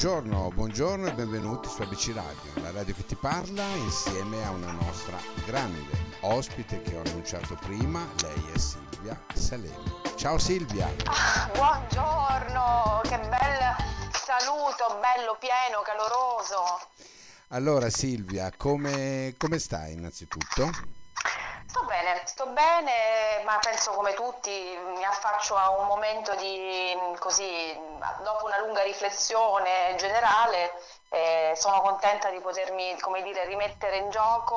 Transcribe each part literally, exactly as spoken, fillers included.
Buongiorno, buongiorno e benvenuti su A B C Radio, la radio che ti parla insieme a una nostra grande ospite che ho annunciato prima, lei è Silvia Salemi. Ciao Silvia! Ah, buongiorno, che bel saluto, bello, pieno, caloroso. Allora Silvia, come, come stai innanzitutto? Sto bene, sto bene, ma penso come tutti mi affaccio a un momento di, così, dopo una lunga riflessione generale, eh, sono contenta di potermi, come dire, rimettere in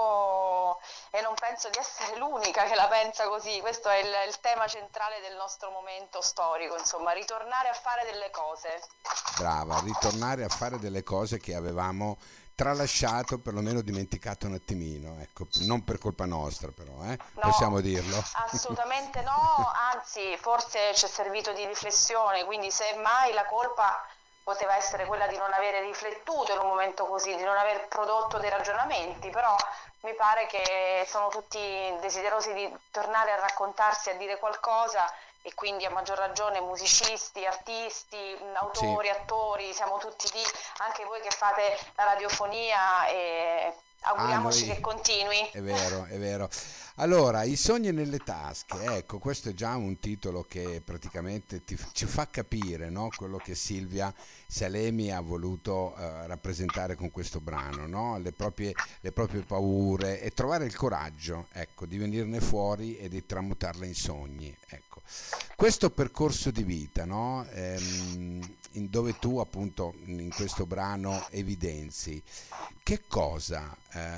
gioco e non penso di essere l'unica che la pensa così. Questo è il, il tema centrale del nostro momento storico, insomma, ritornare a fare delle cose. Brava, ritornare a fare delle cose che avevamo tralasciato, perlomeno dimenticato un attimino, ecco, non per colpa nostra però, eh? Possiamo No, dirlo. assolutamente no, anzi forse ci è servito di riflessione, quindi se mai la colpa poteva essere quella di non avere riflettuto in un momento così, di non aver prodotto dei ragionamenti, però mi pare che sono tutti desiderosi di tornare a raccontarsi, a dire qualcosa e quindi a maggior ragione musicisti, artisti, Sì. autori, attori, siamo tutti lì, anche voi che fate la radiofonia e Ah, auguriamoci che noi continui. è vero, è vero. Allora, I sogni nelle tasche, ecco, questo è già un titolo che praticamente ti- ci fa capire, no? Quello che Silvia Salemi ha voluto eh, rappresentare con questo brano, no? Le proprie, le proprie paure e trovare il coraggio, ecco, di venirne fuori e di tramutarle in sogni, ecco. Questo percorso di vita, no? Ehm, in dove tu appunto in questo brano evidenzi che cosa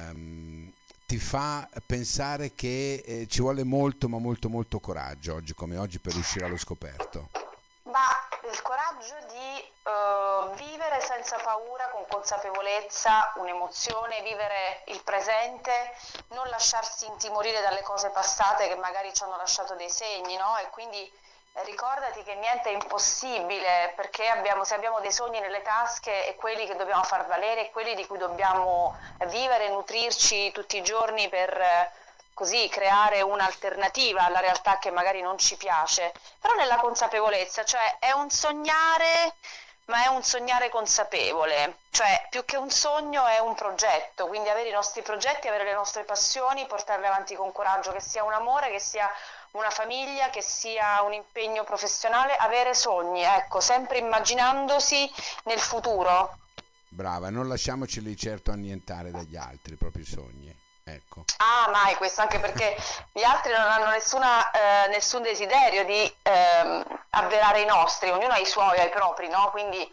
ehm, ti fa pensare che eh, ci vuole molto, ma molto, molto coraggio oggi come oggi per uscire allo scoperto? Ma il coraggio di eh, vivere senza paura, con consapevolezza, un'emozione, vivere il presente, non lasciarsi intimorire dalle cose passate che magari ci hanno lasciato dei segni, no? E quindi eh, ricordati che niente è impossibile, perché abbiamo, se abbiamo dei sogni nelle tasche è quelli che dobbiamo far valere, è quelli di cui dobbiamo vivere e nutrirci tutti i giorni per eh, così creare un'alternativa alla realtà che magari non ci piace, però nella consapevolezza, cioè è un sognare, ma è un sognare consapevole, cioè più che un sogno è un progetto, quindi avere i nostri progetti, avere le nostre passioni, portarle avanti con coraggio, che sia un amore, che sia una famiglia, che sia un impegno professionale, avere sogni, ecco, sempre immaginandosi nel futuro. Brava, non lasciamoceli certo annientare dagli altri, i propri sogni. Ecco. Ah, mai questo, anche perché gli altri non hanno nessuna, eh, nessun desiderio di ehm, avverare i nostri, ognuno ha i suoi, ha i propri, no? Quindi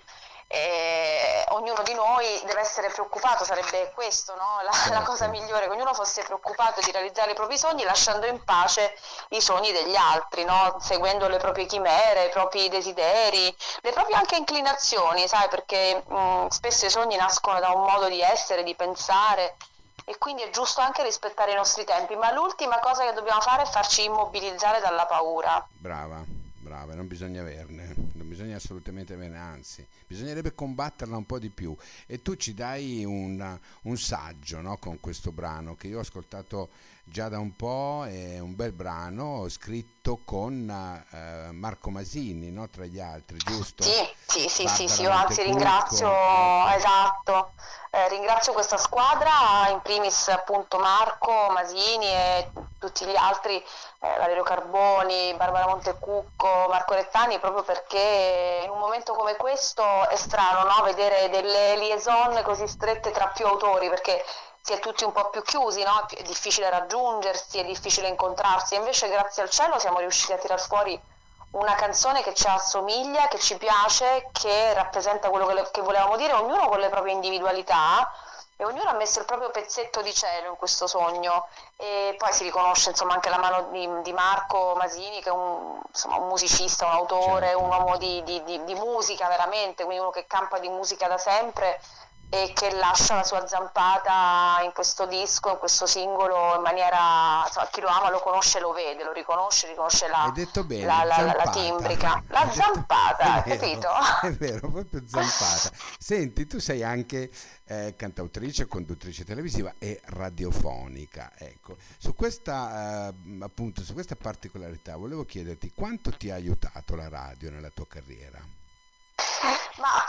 eh, ognuno di noi deve essere preoccupato, sarebbe questo, no? La, la cosa Certo. migliore, che ognuno fosse preoccupato di realizzare i propri sogni lasciando in pace i sogni degli altri, no? Seguendo le proprie chimere, i propri desideri, le proprie anche inclinazioni, sai, perché mh, spesso i sogni nascono da un modo di essere, di pensare e quindi è giusto anche rispettare i nostri tempi, ma l'ultima cosa che dobbiamo fare è farci immobilizzare dalla paura. Brava, brava, non bisogna averne, non bisogna assolutamente averne, anzi, bisognerebbe combatterla un po' di più. E tu ci dai un, un saggio, no, con questo brano che io ho ascoltato già da un po', è un bel brano scritto con eh, Marco Masini, no, tra gli altri, Sì, giusto? sì, sì, sì, sì, Barbara io anzi ringrazio, Montecucco, ecco, esatto, eh, ringrazio questa squadra, in primis appunto Marco Masini e tutti gli altri, eh, Valerio Carboni, Barbara Montecucco, Marco Rettani, proprio perché in un momento come questo è strano, no? Vedere delle liaison così strette tra più autori, perché si è tutti un po' più chiusi, no? È difficile raggiungersi, è difficile incontrarsi, e invece grazie al cielo siamo riusciti a tirar fuori una canzone che ci assomiglia, che ci piace, che rappresenta quello che, le- che volevamo dire, ognuno con le proprie individualità e ognuno ha messo il proprio pezzetto di cielo in questo sogno e poi si riconosce insomma anche la mano di, di Marco Masini che è un, insomma, un musicista, un autore, certo. un uomo di, di, di, di musica veramente, quindi uno che campa di musica da sempre e che lascia la sua zampata in questo disco, in questo singolo in maniera, insomma, chi lo ama lo conosce, lo vede, lo riconosce, riconosce Hai la, detto la, bene, la, la, la zampata. timbrica, Hai la detto, è zampata, vero, capito? è vero, proprio zampata. Senti, tu sei anche eh, cantautrice, conduttrice televisiva e radiofonica. Ecco, su questa, eh, appunto, su questa particolarità volevo chiederti quanto ti ha aiutato la radio nella tua carriera? Ma forse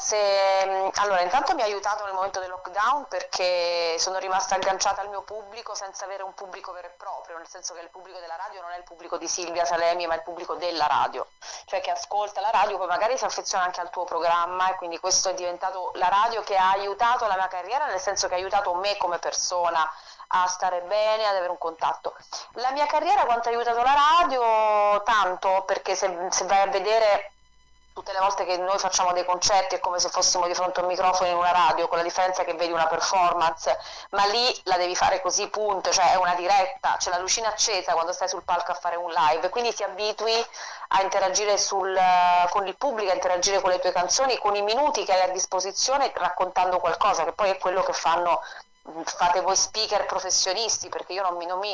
se allora intanto mi ha aiutato nel momento del lockdown perché sono rimasta agganciata al mio pubblico senza avere un pubblico vero e proprio, nel senso che il pubblico della radio non è il pubblico di Silvia Salemi, ma il pubblico della radio, cioè che ascolta la radio, poi magari si affeziona anche al tuo programma, e quindi questo è diventato la radio che ha aiutato la mia carriera, nel senso che ha aiutato me come persona a stare bene, ad avere un contatto. La mia carriera quanto ha aiutato la radio? Tanto, perché se, se vai a vedere tutte le volte che noi facciamo dei concerti è come se fossimo di fronte a un microfono in una radio, con la differenza che vedi una performance, ma lì la devi fare così, punto, cioè è una diretta, c'è la lucina accesa quando stai sul palco a fare un live, quindi ti abitui a interagire sul, con il pubblico, a interagire con le tue canzoni, con i minuti che hai a disposizione raccontando qualcosa, che poi è quello che fanno fate voi speaker professionisti, perché io non mi, non mi,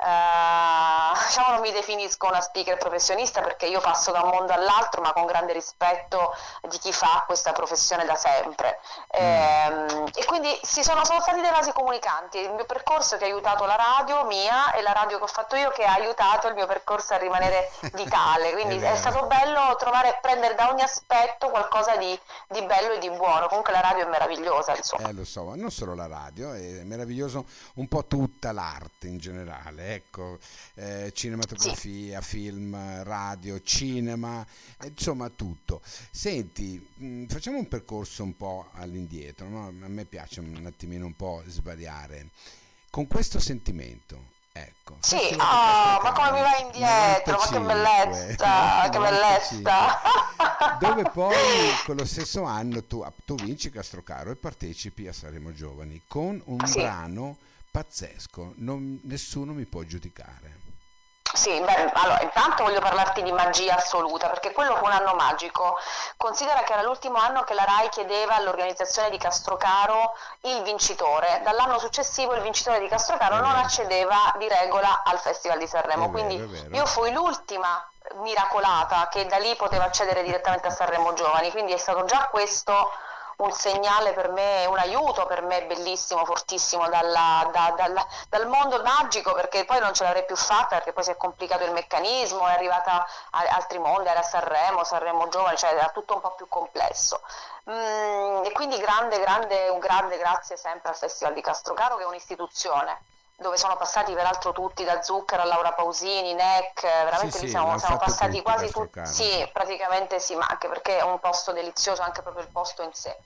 eh, diciamo non mi definisco una speaker professionista, perché io passo da un mondo all'altro, ma con grande rispetto di chi fa questa professione da sempre. Mm. E, e quindi si sono, sono stati dei vasi comunicanti, il mio percorso che ha aiutato la radio mia e la radio che ho fatto io che ha aiutato il mio percorso a rimanere vitale, quindi è, è stato bello trovare, prendere da ogni aspetto qualcosa di, di bello e di buono. Comunque la radio è meravigliosa, insomma. Eh, lo so, non solo la radio, è meraviglioso un po' tutta l'arte in generale, ecco, eh, cinematografia, sì. Film, radio, cinema, eh, insomma tutto. Senti, mh, facciamo un percorso un po' all'indietro, no? A me piace un attimino un po' svariare con questo sentimento. Ecco, sì, oh, ma come mi vai indietro, ma che bellezza, che bellezza. Dove poi quello stesso anno tu, tu vinci Castrocaro e partecipi a Sanremo Giovani con un sì. brano pazzesco, non, nessuno mi può giudicare. Sì, beh, allora intanto voglio parlarti di magia assoluta, perché quello fu un anno magico. Considera che era l'ultimo anno che la RAI chiedeva all'organizzazione di Castrocaro il vincitore. Dall'anno successivo il vincitore di Castrocaro non accedeva di regola al Festival di Sanremo, vero, quindi io fui l'ultima miracolata che da lì poteva accedere direttamente a Sanremo Giovani, quindi è stato già questo un segnale per me, un aiuto per me bellissimo, fortissimo dalla, da, dalla, dal mondo magico, perché poi non ce l'avrei più fatta, perché poi si è complicato il meccanismo, è arrivata a altri mondi, era Sanremo, Sanremo Giovani, cioè era tutto un po' più complesso. Mm, e quindi grande, grande, un grande grazie sempre al Festival di Castrocaro, che è un'istituzione dove sono passati peraltro tutti, da Zucchero a Laura Pausini, Neck, veramente sì, lì sì, siamo, siamo passati tutti, quasi tutti, sì, praticamente sì, ma anche perché è un posto delizioso, anche proprio il posto in sé.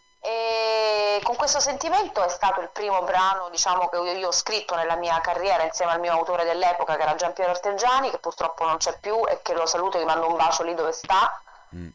E con questo sentimento è stato il primo brano, diciamo, che io, io ho scritto nella mia carriera insieme al mio autore dell'epoca, che era Giampiero Artelgiani, che purtroppo non c'è più e che lo saluto e gli mando un bacio lì dove sta. Mm.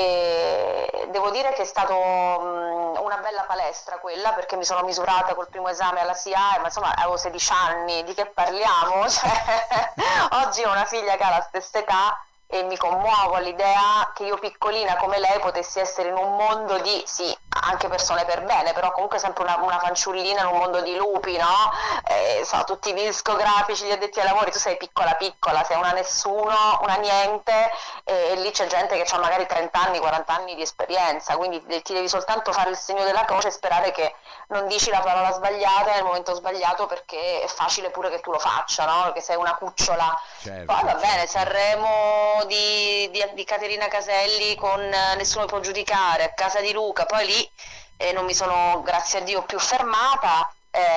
E devo dire che è stato um, una bella palestra quella, perché mi sono misurata col primo esame alla S I A E, ma insomma avevo sedici anni, di che parliamo? Cioè, oggi ho una figlia che ha la stessa età e mi commuovo all'idea che io piccolina come lei potessi essere in un mondo di, sì, anche persone per bene, però comunque sempre una, una fanciullina in un mondo di lupi, no? Eh, so, tutti i discografici, gli addetti ai lavori, tu sei piccola piccola, sei una nessuno, una niente, e, e lì c'è gente che ha magari trenta anni, quaranta anni di esperienza, quindi ti devi soltanto fare il segno della croce e sperare che non dici la parola sbagliata nel momento sbagliato, perché è facile pure che tu lo faccia, no? Perché sei una cucciola. Certo, poi va certo. bene, Sanremo di, di, di Caterina Caselli con eh, Nessuno può giudicare, a casa di Luca, poi lì eh, non mi sono, grazie a Dio, più fermata.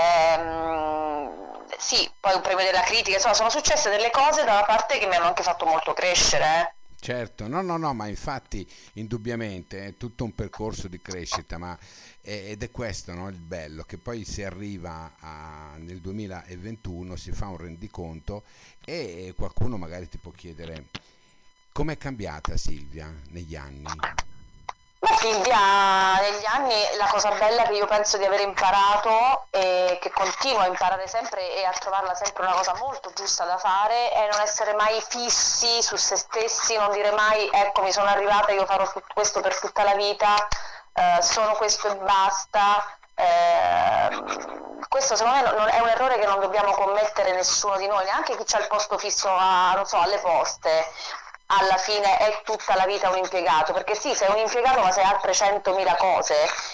Ehm, sì, poi un premio della critica, insomma sono successe delle cose da una parte che mi hanno anche fatto molto crescere, eh. Certo, no, no, no, ma infatti indubbiamente è tutto un percorso di crescita, ma è, ed è questo, no, il bello, che poi si arriva a, nel duemilaventuno, si fa un rendiconto e qualcuno magari ti può chiedere com'è cambiata Silvia negli anni? Ma Silvia, negli anni la cosa bella che io penso di aver imparato e che continuo a imparare sempre e a trovarla sempre una cosa molto giusta da fare è non essere mai fissi su se stessi, non dire mai ecco mi sono arrivata, io farò questo per tutta la vita, eh, sono questo e basta. Eh, questo secondo me non, è un errore che non dobbiamo commettere nessuno di noi, neanche chi c'ha il posto fisso a, non so, alle poste. Alla fine è tutta la vita un impiegato, perché sì, sei un impiegato ma sei altre centomila cose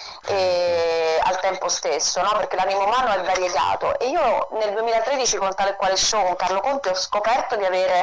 eh, al tempo stesso, no? Perché l'animo umano è variegato e io nel duemilatredici con Tale e Quale Show con Carlo Conti ho scoperto di avere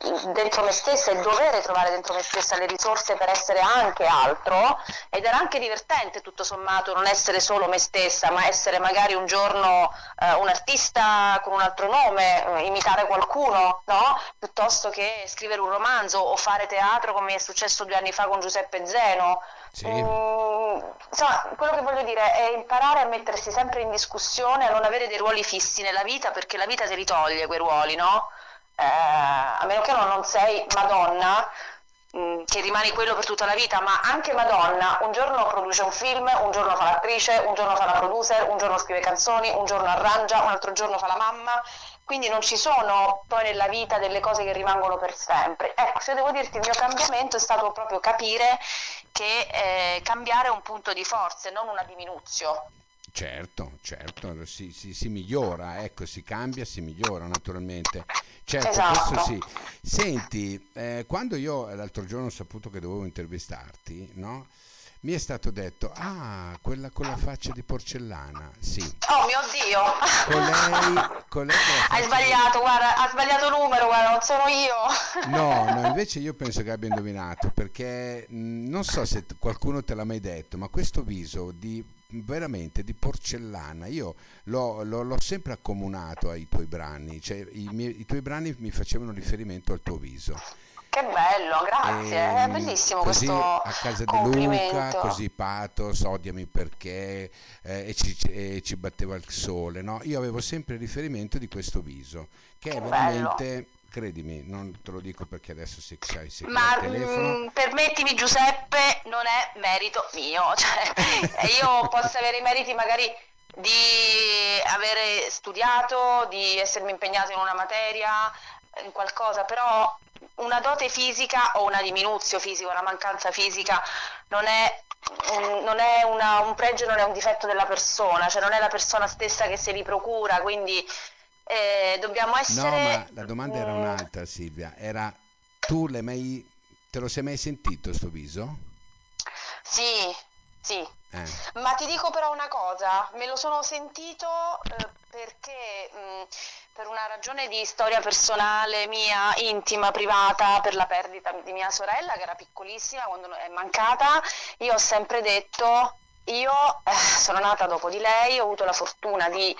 dentro me stessa e dovere trovare dentro me stessa le risorse per essere anche altro, ed era anche divertente tutto sommato non essere solo me stessa, ma essere magari un giorno eh, un artista con un altro nome, eh, imitare qualcuno, no? Piuttosto che scrivere un romanzo o fare teatro come è successo due anni fa con Giuseppe Zeno. Sì. Mm, insomma, quello che voglio dire è imparare a mettersi sempre in discussione, a non avere dei ruoli fissi nella vita, perché la vita te li toglie quei ruoli, no? Eh, a meno che non, non sei Madonna, mh, che rimani quello per tutta la vita, ma anche Madonna un giorno produce un film, un giorno fa l'attrice, un giorno fa la producer, un giorno scrive canzoni, un giorno arrangia, un altro giorno fa la mamma, quindi non ci sono poi nella vita delle cose che rimangono per sempre. Ecco, se devo dirti, il mio cambiamento è stato proprio capire che eh, cambiare è un punto di forza e non una diminuzione. Certo, certo, si, si, si migliora, ecco, si cambia, si migliora naturalmente. Certo, questo Esatto. sì. Senti, eh, quando io l'altro giorno ho saputo che dovevo intervistarti, no? Mi è stato detto, ah, quella con la faccia di porcellana, sì. Oh mio Dio! Colei, colei con la Hai faccia di... sbagliato, guarda, ha sbagliato numero, guarda, non sono io. No, no, invece io penso che abbia indovinato, perché mh, non so se t- qualcuno te l'ha mai detto, ma questo viso di veramente di porcellana, io l'ho, l'ho- l'ho sempre accomunato ai tuoi brani, cioè i, miei- i tuoi brani mi facevano riferimento al tuo viso. Che bello, grazie, è E, bellissimo così questo a casa di Luca, complimento. così pathos, odiami perché, eh, e, ci, e ci batteva il sole, no? Io avevo sempre il riferimento di questo viso, che Che è bello. veramente, credimi, non te lo dico perché adesso sei, sai, sei qui al Ma telefono. mm, permettimi Giuseppe, non è merito mio, cioè io posso avere i meriti magari di avere studiato, di essermi impegnato in una materia, in qualcosa, però una dote fisica o una diminuzione fisica, una mancanza fisica non è, un, non è una- un pregio, non è un difetto della persona, cioè non è la persona stessa che se li procura, quindi eh, dobbiamo No, ma essere... la domanda era mm, un'altra, Silvia, era tu l'hai mai, te lo sei mai sentito sto viso? Sì, sì, Eh, ma ti dico però una cosa, me lo sono sentito eh, perché mh, per una ragione di storia personale mia, intima, privata, per la perdita di mia sorella che era piccolissima quando è mancata, io ho sempre detto, io eh, sono nata dopo di lei, ho avuto la fortuna di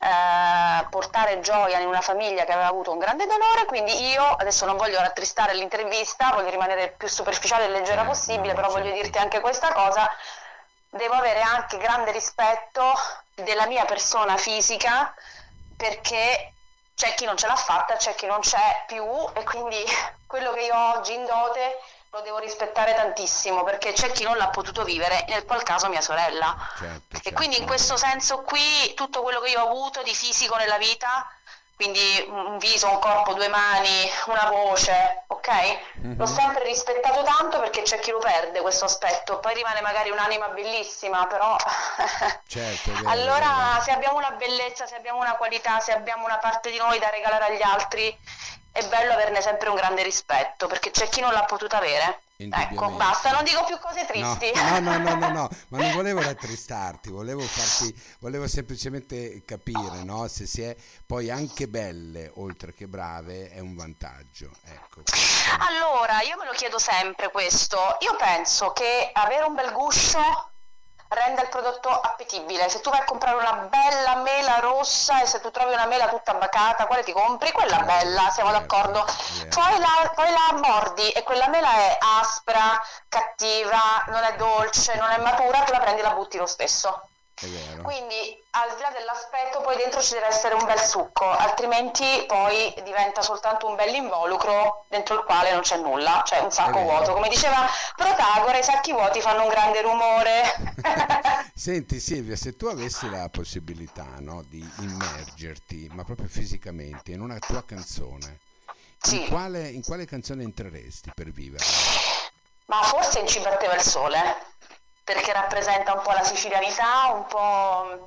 eh, portare gioia in una famiglia che aveva avuto un grande dolore, quindi io adesso non voglio rattristare l'intervista, voglio rimanere il più superficiale e leggera certo, no, possibile, no, però voglio certo. dirti anche questa cosa, devo avere anche grande rispetto della mia persona fisica perché c'è chi non ce l'ha fatta, c'è chi non c'è più e quindi quello che io ho oggi in dote lo devo rispettare tantissimo perché c'è chi non l'ha potuto vivere, nel qual caso mia sorella. Certo, E quindi certo. in questo senso qui tutto quello che io ho avuto di fisico nella vita, quindi un viso, un corpo, due mani, una voce, ok? L'ho Mhm. sempre rispettato tanto perché c'è chi lo perde questo aspetto, poi rimane magari un'anima bellissima, però Certo, è vero, è vero. allora se abbiamo una bellezza, se abbiamo una qualità, se abbiamo una parte di noi da regalare agli altri, è bello averne sempre un grande rispetto, perché c'è chi non l'ha potuta avere. Ecco, basta, non Indubbiamente. dico più cose No, tristi. no, no, no, no, no, ma non volevo rattristarti, volevo farti, volevo semplicemente capire, no? Se si è poi anche belle, oltre che brave, è un vantaggio. Ecco, questo. Allora, io me lo chiedo sempre questo. Io penso che avere un bel guscio renda il prodotto appetibile. Se tu vai a comprare una bella mela rossa e se tu trovi una mela tutta bacata, quale ti compri? Quella Quella, bella, siamo certo, d'accordo. è vero, Poi la, poi la mordi e quella mela è aspra, cattiva, non è dolce, non è matura, tu la prendi e la butti lo stesso. è vero. Quindi al di là dell'aspetto poi dentro ci deve essere un bel succo, altrimenti poi diventa soltanto un bell'involucro dentro il quale non c'è nulla, cioè un È sacco vuoto. vero. Come diceva Protagora, i sacchi vuoti fanno un grande rumore. Senti Silvia, se tu avessi la possibilità, no, di immergerti, ma proprio fisicamente, in una tua canzone, in Sì, quale, in quale canzone entreresti per viverla? ma forse in Ci batteva il sole, perché rappresenta un po' la sicilianità, un po'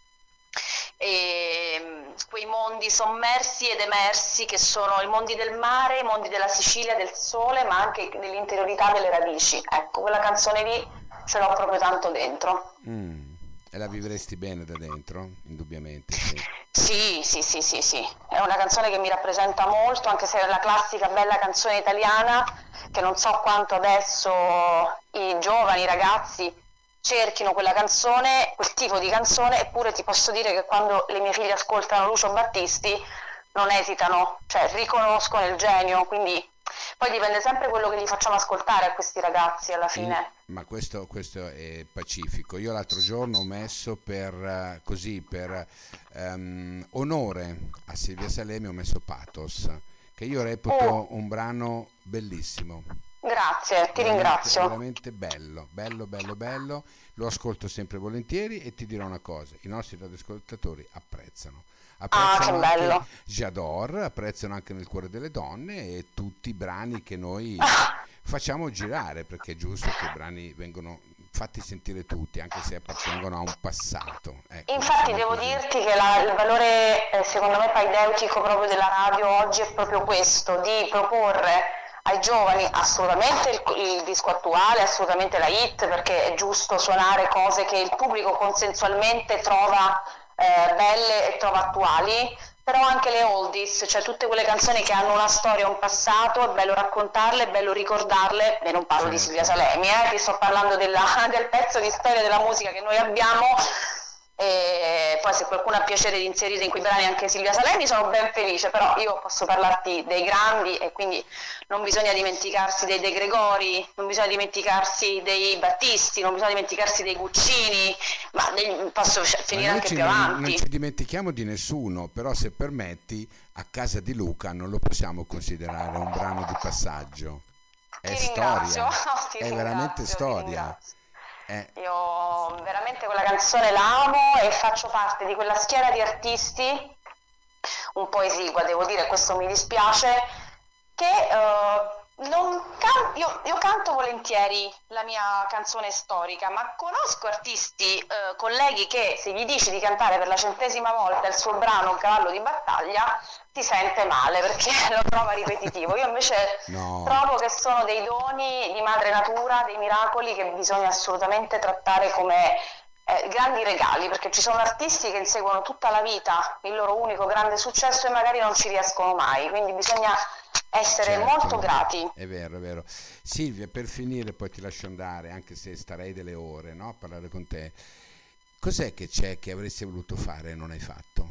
ehm, quei mondi sommersi ed emersi che sono i mondi del mare, i mondi della Sicilia, del sole, ma anche dell'interiorità delle radici. Ecco, quella canzone lì ce l'ho proprio tanto dentro. Mm. E la vivresti bene da dentro? Indubbiamente, sì. Sì, sì, sì, sì, sì, è una canzone che mi rappresenta molto, anche se è la classica bella canzone italiana, che non so quanto adesso i giovani, i ragazzi cerchino quella canzone, quel tipo di canzone, eppure ti posso dire che quando le mie figlie ascoltano Lucio Battisti non esitano, cioè riconoscono il genio, quindi poi dipende sempre quello che gli facciamo ascoltare a questi ragazzi alla In- fine. ma questo, questo è pacifico. Io l'altro giorno ho messo per eh, così, per ehm, onore a Silvia Salemi, ho messo Pathos, che io Uh, reputo un brano bellissimo. grazie, ti Veramente, ringrazio. veramente bello, bello, bello, bello. Lo ascolto sempre volentieri e ti dirò una cosa, i nostri radioascoltatori apprezzano. Ah, che Apprezzano anche bello. J'adore, apprezzano anche Nel cuore delle donne e tutti i brani che noi facciamo girare, perché è giusto che i brani vengano fatti sentire tutti, anche se appartengono a un passato. Ecco, Infatti diciamo devo così. dirti che la- il valore, eh, secondo me, paideutico proprio della radio oggi è proprio questo, di proporre ai giovani assolutamente il, il disco attuale, assolutamente la hit, perché è giusto suonare cose che il pubblico consensualmente trova eh, belle e trova attuali, però anche le oldies, cioè tutte quelle canzoni che hanno una storia, un passato, è bello raccontarle, è bello ricordarle, e non parlo di Silvia Certo. Salemi, eh, ti sto parlando della- del pezzo di storia della musica che noi abbiamo, e poi se qualcuno ha piacere di inserire in quei brani anche Silvia Salemi sono ben felice, però io posso parlarti dei grandi e quindi non bisogna dimenticarsi dei De Gregori, non bisogna dimenticarsi dei Battisti, non bisogna dimenticarsi dei Guccini, ma degli- posso Ma finire noi anche ci- più non, non avanti. ci dimentichiamo di nessuno, però se permetti, a casa di Luca non lo possiamo considerare un brano di passaggio. È Ti ringrazio, storia, ti è veramente ringrazio, ti storia. ringrazio. È- Io veramente quella canzone la amo e faccio parte di quella schiera di artisti, un po' esigua devo dire, questo mi dispiace, che eh, non can- io, io canto volentieri la mia canzone storica, ma conosco artisti, eh, colleghi che se gli dici di cantare per la centesima volta il suo brano Un cavallo di battaglia si sente male perché lo trova ripetitivo. Io invece no, trovo che sono dei doni di madre natura, dei miracoli che bisogna assolutamente trattare come eh, grandi regali, perché ci sono artisti che inseguono tutta la vita il loro unico grande successo e magari non ci riescono mai, quindi bisogna essere molto certo, grati. è vero, è vero. Silvia, per finire, poi ti lascio andare, anche se starei delle ore, no, a parlare con te. Cos'è che c'è che avresti voluto fare e non hai fatto?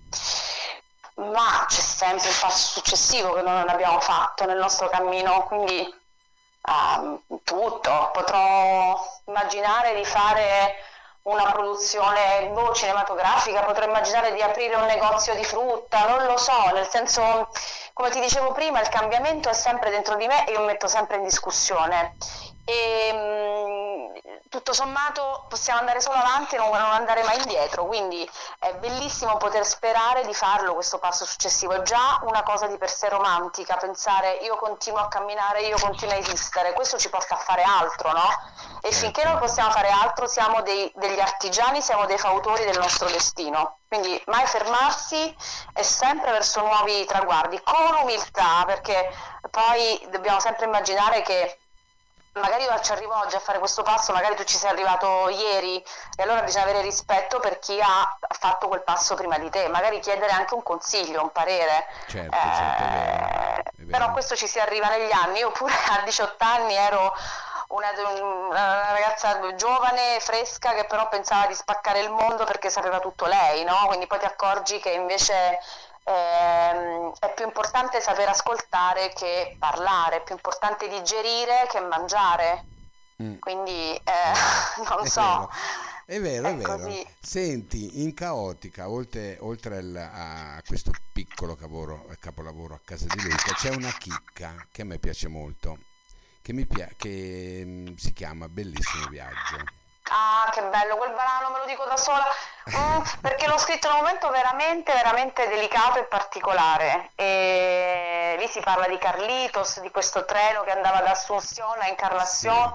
Ma c'è sempre il passo successivo che non abbiamo fatto nel nostro cammino, quindi ehm, tutto. Potrò immaginare di fare una produzione boh, cinematografica, potrò immaginare di aprire un negozio di frutta, non lo so, nel senso, come ti dicevo prima, il cambiamento è sempre dentro di me e io mi metto sempre in discussione. E, mh, tutto sommato possiamo andare solo avanti e non, non andare mai indietro, quindi è bellissimo poter sperare di farlo questo passo successivo, è già una cosa di per sé romantica, pensare io continuo a camminare, io continuo a esistere, questo ci porta a fare altro, no? E finché non Certo, possiamo fare altro siamo dei, degli artigiani, siamo dei fautori del nostro destino. Quindi mai fermarsi e sempre verso nuovi traguardi, con umiltà, perché poi dobbiamo sempre immaginare che magari io ci arrivo oggi a fare questo passo, magari tu ci sei arrivato ieri e allora bisogna avere rispetto per chi ha fatto quel passo prima di te, magari chiedere anche un consiglio, un parere, certo, certo, è vero, eh, è però vero. questo ci si arriva negli anni, io pure a diciotto anni ero una, una ragazza giovane, fresca, che però pensava di spaccare il mondo perché sapeva tutto lei, no? Quindi poi ti accorgi che invece ehm, è più importante saper ascoltare che parlare, è più importante digerire che mangiare. Mm, Quindi è eh, vero, non è vero, so, è vero, è è vero. così. Senti, in Caotica, oltre, oltre al- a questo piccolo capolavoro, capolavoro a casa di Luca, c'è una chicca che a me piace molto, che, mi pia- che mm, si chiama Bellissimo Viaggio. Ah, che bello, quel brano me lo dico da sola, mm, perché l'ho scritto in un momento veramente, veramente delicato e particolare. E lì si parla di Carlitos, di questo treno che andava da Asunción a Sì, Encarnación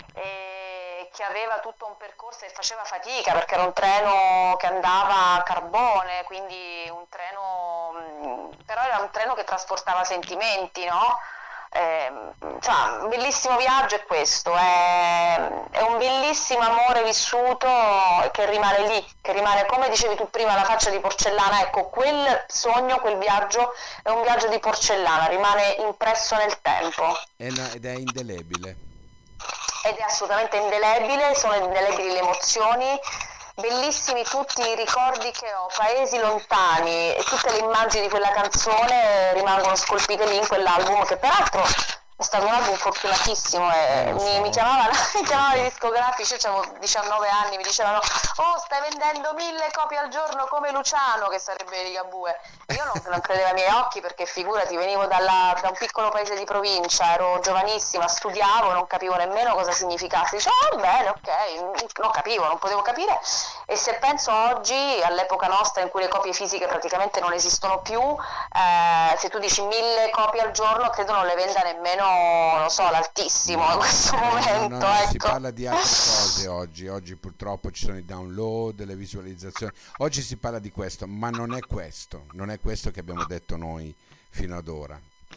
e che aveva tutto un percorso e faceva fatica perché era un treno che andava a carbone, quindi un treno, mm, però era un treno che trasportava sentimenti, no? Eh, cioè, un bellissimo viaggio è questo, è, è un bellissimo amore vissuto che rimane lì, che rimane, come dicevi tu prima, la faccia di porcellana. Ecco, quel sogno, quel viaggio è un viaggio di porcellana, rimane impresso nel tempo. Ed è indelebile. Ed è assolutamente indelebile, sono indelebili le emozioni, bellissimi tutti i ricordi che ho, paesi lontani, e tutte le immagini di quella canzone rimangono scolpite lì in quell'album, che peraltro è stato un album fortunatissimo. E Eh, lo mi, so. mi chiamavano, mi chiamavano i discografici, io avevo diciannove anni, mi dicevano: oh, stai vendendo mille copie al giorno come Luciano, che sarebbe Ligabue. E io non, non credevo ai miei occhi, perché figurati, venivo dalla, da un piccolo paese di provincia, ero giovanissima, studiavo, non capivo nemmeno cosa significasse. Dicevo, oh, bene, ok, non capivo, non potevo capire. E se penso oggi, all'epoca nostra in cui le copie fisiche praticamente non esistono più, eh, se tu dici mille copie al giorno, credo non le venda nemmeno, non so, l'altissimo in questo No, momento. no, no, ecco. Si parla di altre cose oggi. Oggi purtroppo ci sono i download, le visualizzazioni. Oggi si parla di questo, ma non è questo, non è questo che abbiamo detto noi fino ad ora.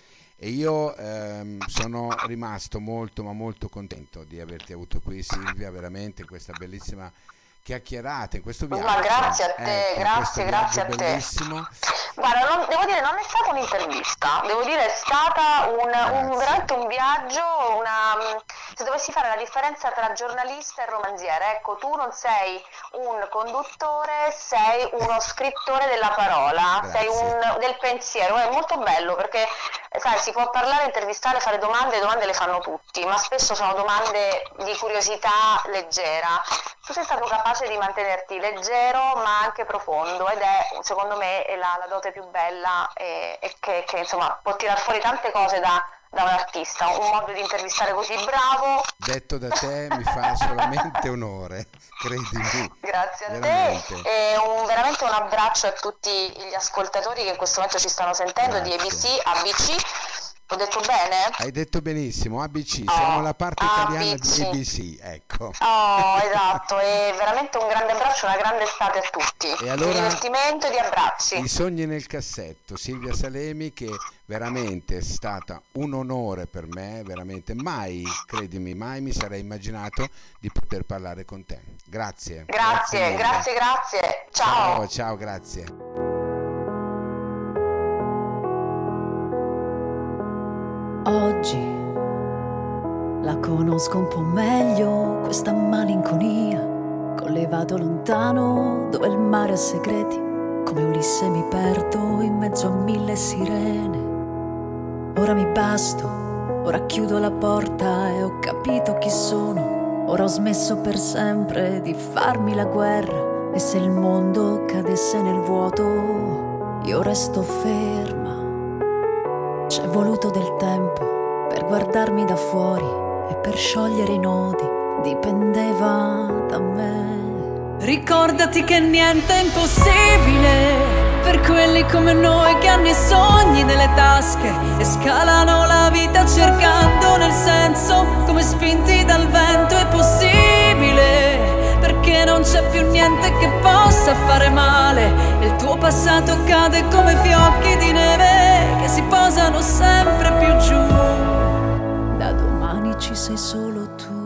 E io ehm, sono rimasto molto, ma molto contento di averti avuto qui, Silvia, veramente questa bellissima chiacchierata in questo viaggio. Ma grazie a te, ecco, grazie, grazie a te. Bellissimo. Guarda, non, devo dire, non è stata un'intervista, devo dire, è stata un, un, veramente un viaggio, una, se dovessi fare la differenza tra giornalista e romanziere, ecco, tu non sei un conduttore, sei uno scrittore della parola, Grazie. sei un del pensiero. È molto bello perché, sai, si può parlare, intervistare, fare domande, le domande le fanno tutti, ma spesso sono domande di curiosità leggera. Tu sei stato capace di mantenerti leggero ma anche profondo, ed è, secondo me, è la, la dote più bella, e, e che, che insomma può tirar fuori tante cose da, da un artista, un modo di intervistare così bravo. Detto da te mi fa solamente onore, credimi. Grazie a veramente. te, e un, veramente un abbraccio a tutti gli ascoltatori che in questo momento ci stanno sentendo. Grazie. Di A B C, A B C. Ho detto bene? Hai detto benissimo, A B C, siamo oh, la parte italiana A B C. di A B C, ecco. Oh, esatto, e veramente un grande abbraccio, una grande estate a tutti. E allora, di divertimento e di abbracci. I sogni nel cassetto, Silvia Salemi, che veramente è stata un onore per me, veramente mai, credimi, mai mi sarei immaginato di poter parlare con te. Grazie. Grazie, grazie, grazie, grazie. Ciao. Ciao, ciao, grazie. Oggi la conosco un po' meglio, questa malinconia, con le vado lontano dove il mare ha segreti, come Ulisse mi perdo in mezzo a mille sirene. Ora mi basto, ora chiudo la porta e ho capito chi sono, ora ho smesso per sempre di farmi la guerra, e se il mondo cadesse nel vuoto io resto ferma. C'è voluto del tempo per guardarmi da fuori e per sciogliere i nodi, dipendeva da me. Ricordati che niente è impossibile per quelli come noi che hanno i sogni nelle tasche e scalano la vita cercando nel senso, come spinti dal vento. È possibile perché non c'è più niente che possa fare male, e il tuo passato cade come fiocchi di neve che si posano sempre più giù. Da domani ci sei solo tu.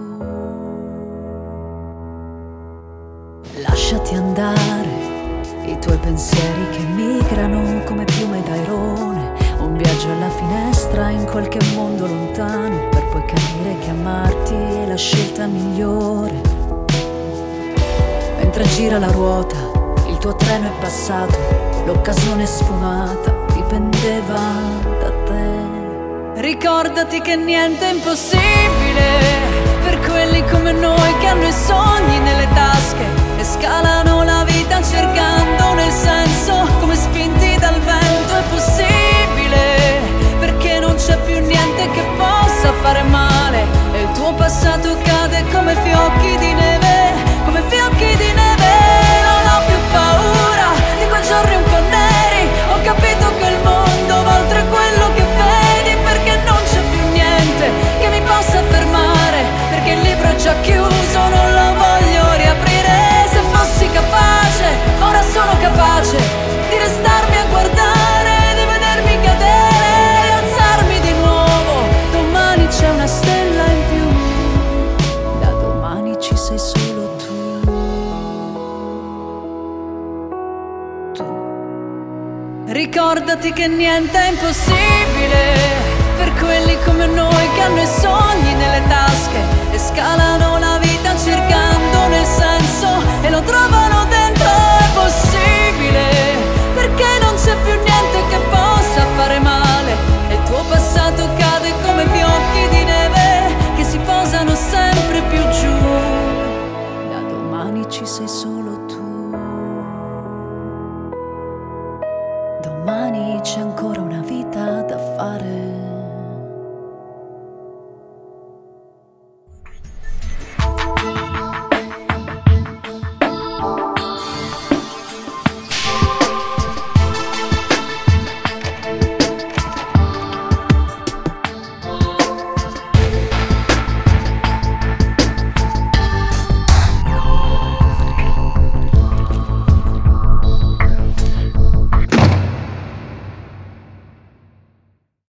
Lasciati andare, i tuoi pensieri che migrano come piume d'airone, un viaggio alla finestra in qualche mondo lontano, per poi capire che amarti è la scelta migliore. Mentre gira la ruota, il tuo treno è passato, l'occasione è sfumata, dipendeva da te. Ricordati che niente è impossibile per quelli come noi che hanno i sogni nelle tasche e scalano la vita cercando nel senso, come spinti dal vento. È possibile perché non c'è più niente che possa fare male, e il tuo passato cade come fiocchi di neve, come fiocchi di neve. Non ho più paura di quei giorni un po' neri, ho capito che il mondo va oltre quello che vedi, perché non c'è più niente che mi possa fermare, perché il libro è già chiuso, non lo voglio riaprire. Se fossi capace, ora sono capace di restarmi a guardare, di vedermi cadere, di alzarmi di nuovo ricordati che niente è impossibile per quelli come noi che hanno i sogni nelle tasche e scalano la